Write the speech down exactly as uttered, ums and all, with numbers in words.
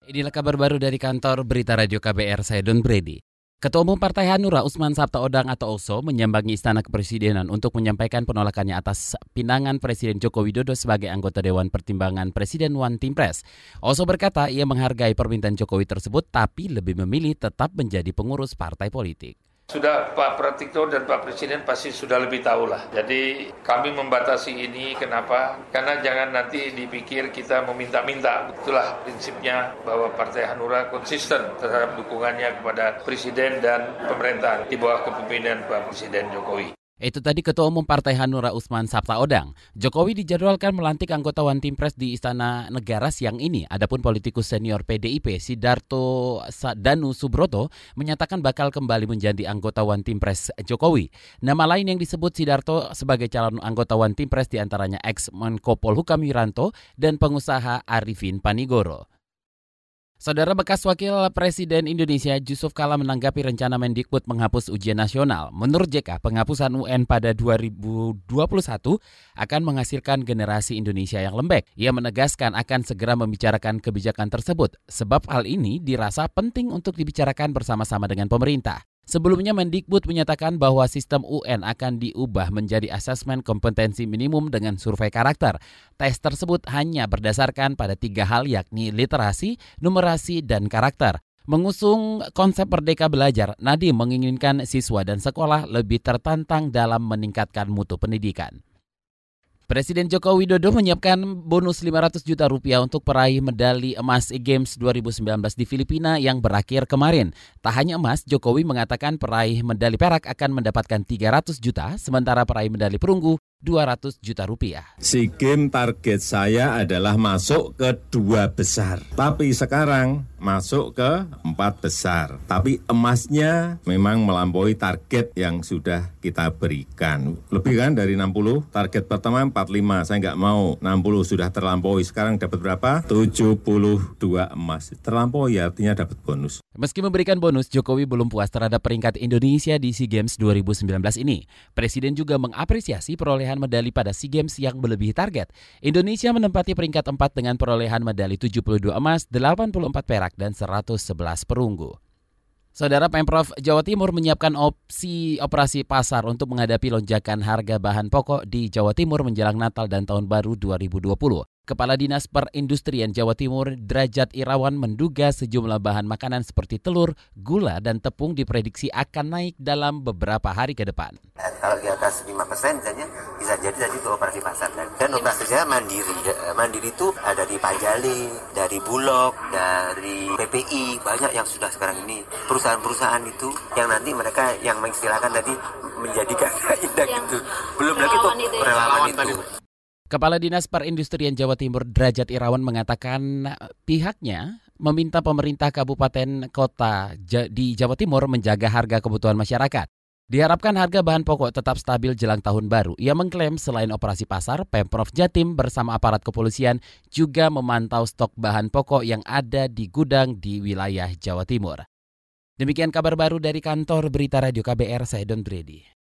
Inilah kabar baru dari kantor Berita Radio K B R, saya Don Brady. Ketua Umum Partai Hanura Usman Sabtaodang atau Oso menyambangi Istana Kepresidenan untuk menyampaikan penolakannya atas pinangan Presiden Joko Widodo sebagai anggota Dewan Pertimbangan Presiden One Team Press. Oso berkata ia menghargai permintaan Jokowi tersebut tapi lebih memilih tetap menjadi pengurus partai politik. Sudah Pak Pratikno dan Pak Presiden pasti sudah lebih tahu lah. Jadi kami membatasi ini kenapa? Karena jangan nanti dipikir kita meminta-minta. Itulah prinsipnya bahwa Partai Hanura konsisten terhadap dukungannya kepada Presiden dan pemerintahan di bawah kepemimpinan Pak Presiden Jokowi. Itu tadi Ketua Umum Partai Hanura Usman Sabtaodang. Jokowi dijadwalkan melantik anggota One Team Press di Istana Negara siang ini. Adapun politikus senior P D I P Sidarto Danu Subroto menyatakan bakal kembali menjadi anggota One Team Press Jokowi. Nama lain yang disebut Sidarto sebagai calon anggota One Team Press diantaranya ex-Menko Polhukam Wiranto dan pengusaha Arifin Panigoro. Saudara, bekas Wakil Presiden Indonesia Yusuf Kala menanggapi rencana Mendikbud menghapus ujian nasional. Menurut J K, penghapusan U N pada dua ribu dua puluh satu akan menghasilkan generasi Indonesia yang lembek. Ia menegaskan akan segera membicarakan kebijakan tersebut, sebab hal ini dirasa penting untuk dibicarakan bersama-sama dengan pemerintah. Sebelumnya Mendikbud menyatakan bahwa sistem U N akan diubah menjadi asesmen kompetensi minimum dengan survei karakter. Tes tersebut hanya berdasarkan pada tiga hal yakni literasi, numerasi, dan karakter. Mengusung konsep Merdeka Belajar, Nadiem menginginkan siswa dan sekolah lebih tertantang dalam meningkatkan mutu pendidikan. Presiden Joko Widodo menyiapkan bonus lima ratus juta rupiah untuk peraih medali emas SEA Games dua ribu sembilan belas di Filipina yang berakhir kemarin. Tak hanya emas, Jokowi mengatakan peraih medali perak akan mendapatkan tiga ratus juta, sementara peraih medali perunggu dua ratus juta rupiah. SEA Games target saya adalah masuk ke dua besar, tapi sekarang masuk ke empat besar. Tapi emasnya memang melampaui target yang sudah kita berikan. Lebih kan dari enam puluh, target pertama empat puluh lima, saya nggak mau enam puluh, sudah terlampaui. Sekarang dapat berapa? tujuh puluh dua emas. Terlampaui artinya dapat bonus. Meski memberikan bonus, Jokowi belum puas terhadap peringkat Indonesia di SEA Games dua ribu sembilan belas ini. Presiden juga mengapresiasi perolehan medali pada SEA Games yang melebihi target. Indonesia menempati peringkat empat dengan perolehan medali tujuh puluh dua emas, delapan puluh empat perak, dan seratus sebelas perunggu. Saudara, Pemprov Jawa Timur menyiapkan opsi operasi pasar untuk menghadapi lonjakan harga bahan pokok di Jawa Timur menjelang Natal dan Tahun Baru dua ribu dua puluh. Kepala Dinas Perindustrian Jawa Timur Derajat Irawan menduga sejumlah bahan makanan seperti telur, gula, dan tepung diprediksi akan naik dalam beberapa hari ke depan. Kalau di atas lima persen misalnya bisa jadi tadi itu operasi pasar. Dan operasi saya mandiri. Mandiri itu ada di Pajali, dari Bulog, dari P P I, banyak yang sudah sekarang ini. Perusahaan-perusahaan itu yang nanti mereka yang mengistilahkan tadi menjadikan indah gitu. Belum lagi tuh relawan itu. Kepala Dinas Perindustrian Jawa Timur Derajat Irawan mengatakan pihaknya meminta pemerintah kabupaten kota di Jawa Timur menjaga harga kebutuhan masyarakat. Diharapkan harga bahan pokok tetap stabil jelang tahun baru. Ia mengklaim selain operasi pasar, Pemprov Jatim bersama aparat kepolisian juga memantau stok bahan pokok yang ada di gudang di wilayah Jawa Timur. Demikian kabar baru dari kantor Berita Radio K B R, saya Don Brady.